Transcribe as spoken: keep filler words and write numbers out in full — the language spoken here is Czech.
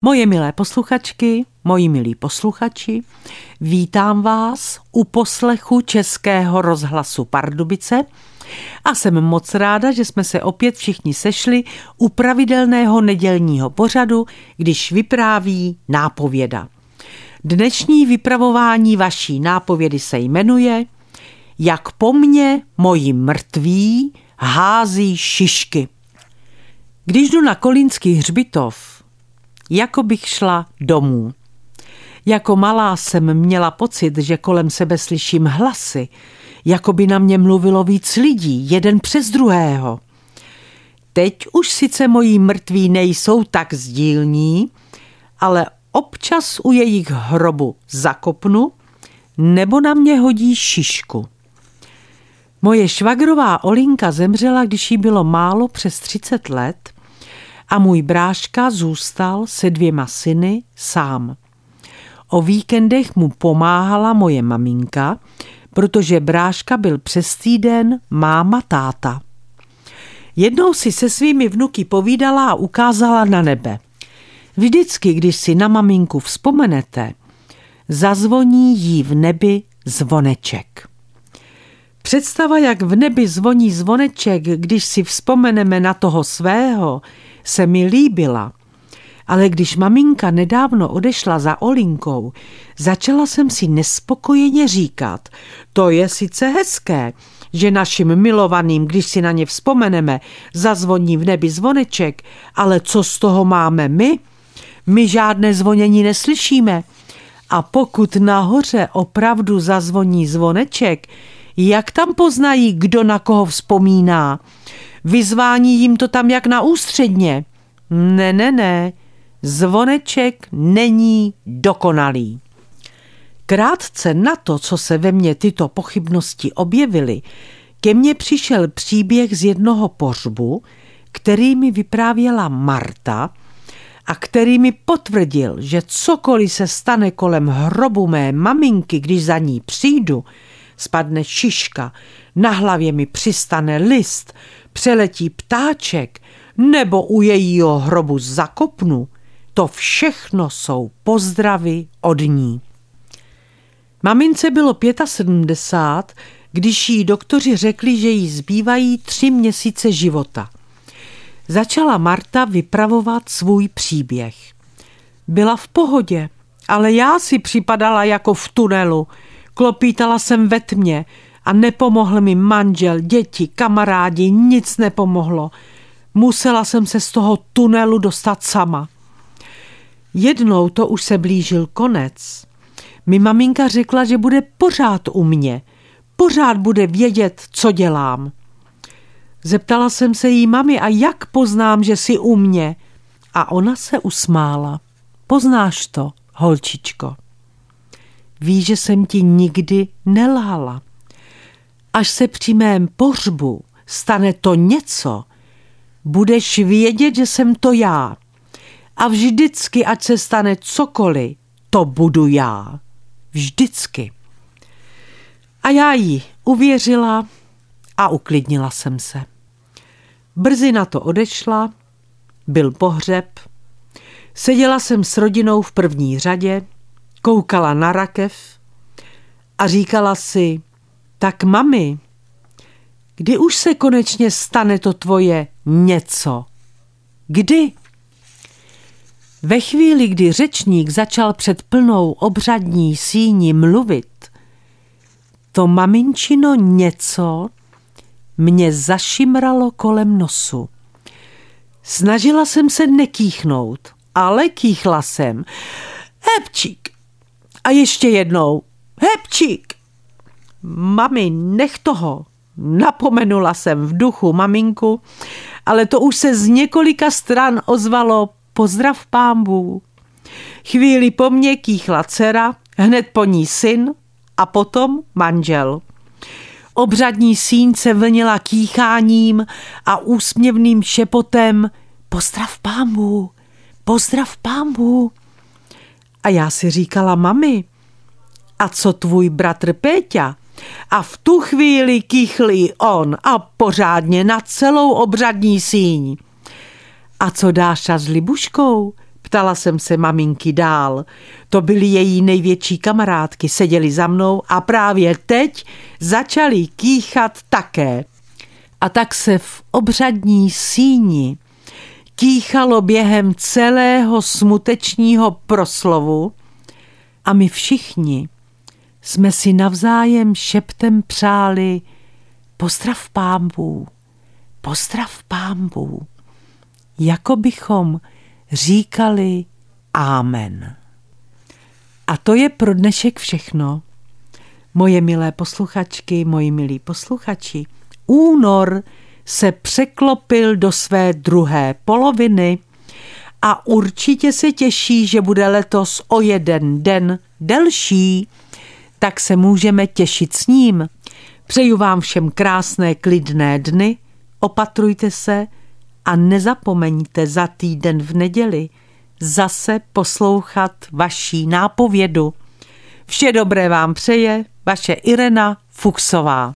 Moje milé posluchačky, moji milí posluchači, vítám vás u poslechu Českého rozhlasu Pardubice a jsem moc ráda, že jsme se opět všichni sešli u pravidelného nedělního pořadu, když vypráví nápověda. Dnešní vypravování vaší nápovědy se jmenuje Jak po mně moji mrtví hází šišky. Když jdu na Kolínský hřbitov, jako bych šla domů. Jako malá jsem měla pocit, že kolem sebe slyším hlasy, jako by na mě mluvilo víc lidí, jeden přes druhého. Teď už sice moji mrtví nejsou tak sdílní, ale občas u jejich hrobu zakopnu nebo na mě hodí šišku. Moje švagrová Olinka zemřela, když jí bylo málo přes třicet let a můj bráška zůstal se dvěma syny sám. O víkendech mu pomáhala moje maminka, protože bráška byl přes týden máma táta. Jednou si se svými vnuky povídala a ukázala na nebe. Vždycky, když si na maminku vzpomenete, zazvoní jí v nebi zvoneček. Představa, jak v nebi zvoní zvoneček, když si vzpomeneme na toho svého, se mi líbila. Ale když maminka nedávno odešla za Olinkou, začala jsem si nespokojeně říkat, to je sice hezké, že našim milovaným, když si na ně vzpomeneme, zazvoní v nebi zvoneček, ale co z toho máme my? My žádné zvonění neslyšíme. A pokud nahoře opravdu zazvoní zvoneček, jak tam poznají, kdo na koho vzpomíná? Vyzvání jim to tam jak na ústředně. Ne, ne, ne, zvoneček není dokonalý. Krátce na to, co se ve mně tyto pochybnosti objevily, ke mně přišel příběh z jednoho pohřbu, který mi vyprávěla Marta a který mi potvrdil, že cokoliv se stane kolem hrobu mé maminky, když za ní přijdu, spadne šiška, na hlavě mi přistane list, přeletí ptáček, nebo u jejího hrobu zakopnu, to všechno jsou pozdravy od ní. Mamince bylo sedmdesát pět, když jí doktoři řekli, že jí zbývají tři měsíce života. Začala Marta vypravovat svůj příběh. Byla v pohodě, ale já si připadala jako v tunelu. Klopítala jsem ve tmě a nepomohl mi manžel, děti, kamarádi, nic nepomohlo. Musela jsem se z toho tunelu dostat sama. Jednou, to už se blížil konec, mi maminka řekla, že bude pořád u mě, pořád bude vědět, co dělám. Zeptala jsem se jí, mami, a jak poznám, že jsi u mě? A ona se usmála. Poznáš to, holčičko. Víš, že jsem ti nikdy nelhala. Až se při mém pohřbu stane to něco, budeš vědět, že jsem to já. A vždycky, ať se stane cokoliv, to budu já. Vždycky. A já jí uvěřila a uklidnila jsem se. Brzy na to odešla, byl pohřeb, seděla jsem s rodinou v první řadě, koukala na rakev a říkala si, tak mami, kdy už se konečně stane to tvoje něco? Kdy? Ve chvíli, kdy řečník začal před plnou obřadní síní mluvit, to maminčino něco mě zašimralo kolem nosu. Snažila jsem se nekýchnout, ale kýchla jsem. Hepčík. A ještě jednou. Hepčík. Mami, nech toho. Napomenula jsem v duchu maminku, ale to už se z několika stran ozvalo pozdrav pánbů. Chvíli po mně kýchla dcera, hned po ní syn a potom manžel. Obřadní síň se vlnila kýcháním a úsměvným šepotem pozdrav pánbů, pozdrav pánbů. A já si říkala, mami, a co tvůj bratr Péťa? A v tu chvíli kýchl i on a pořádně na celou obřadní síň. A co Dáša s Libuškou? Ptala jsem se maminky dál. To byly její největší kamarádky, seděly za mnou a právě teď začaly kýchat také. A tak se v obřadní síni kýchalo během celého smutečního proslovu a my všichni jsme si navzájem šeptem přáli pozdrav Pánbů, pozdrav Pánbů, jako bychom říkali Amen. A to je pro dnešek všechno. Moje milé posluchačky, moji milí posluchači, únor se překlopil do své druhé poloviny a určitě se těší, že bude letos o jeden den delší, tak se můžeme těšit s ním. Přeju vám všem krásné klidné dny, opatrujte se a nezapomeňte za týden v neděli zase poslouchat vaší nápovědu. Vše dobré vám přeje vaše Irena Fuchsová.